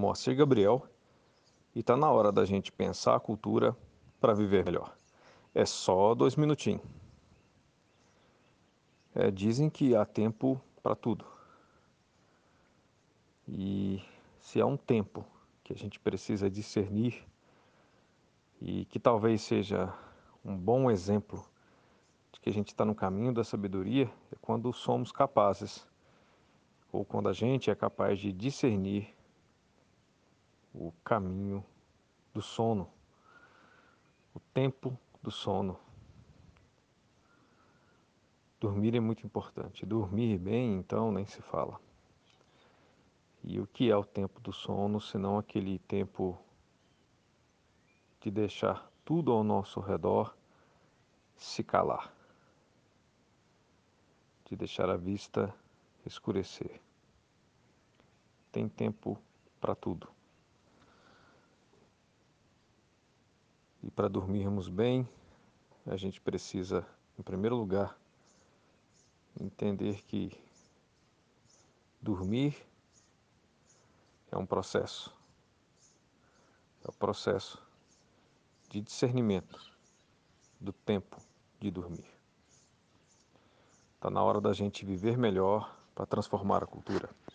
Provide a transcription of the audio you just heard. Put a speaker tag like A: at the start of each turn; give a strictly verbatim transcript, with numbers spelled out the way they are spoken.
A: Moacir Gabriel e tá na hora da gente pensar a cultura para viver melhor. É só dois minutinhos. É, dizem que há tempo para tudo. E se há um tempo que a gente precisa discernir e que talvez seja um bom exemplo de que a gente está no caminho da sabedoria, é quando somos capazes, ou quando a gente é capaz de discernir o caminho do sono, o tempo do sono. Dormir é muito importante. Dormir bem, então, nem se fala. E o que é o tempo do sono, senão aquele tempo de deixar tudo ao nosso redor se calar, de deixar a vista escurecer. Tem tempo para tudo. E para dormirmos bem, a gente precisa, em primeiro lugar, entender que dormir é um processo. É o processo de discernimento do tempo de dormir. Está na hora da gente viver melhor para transformar a cultura.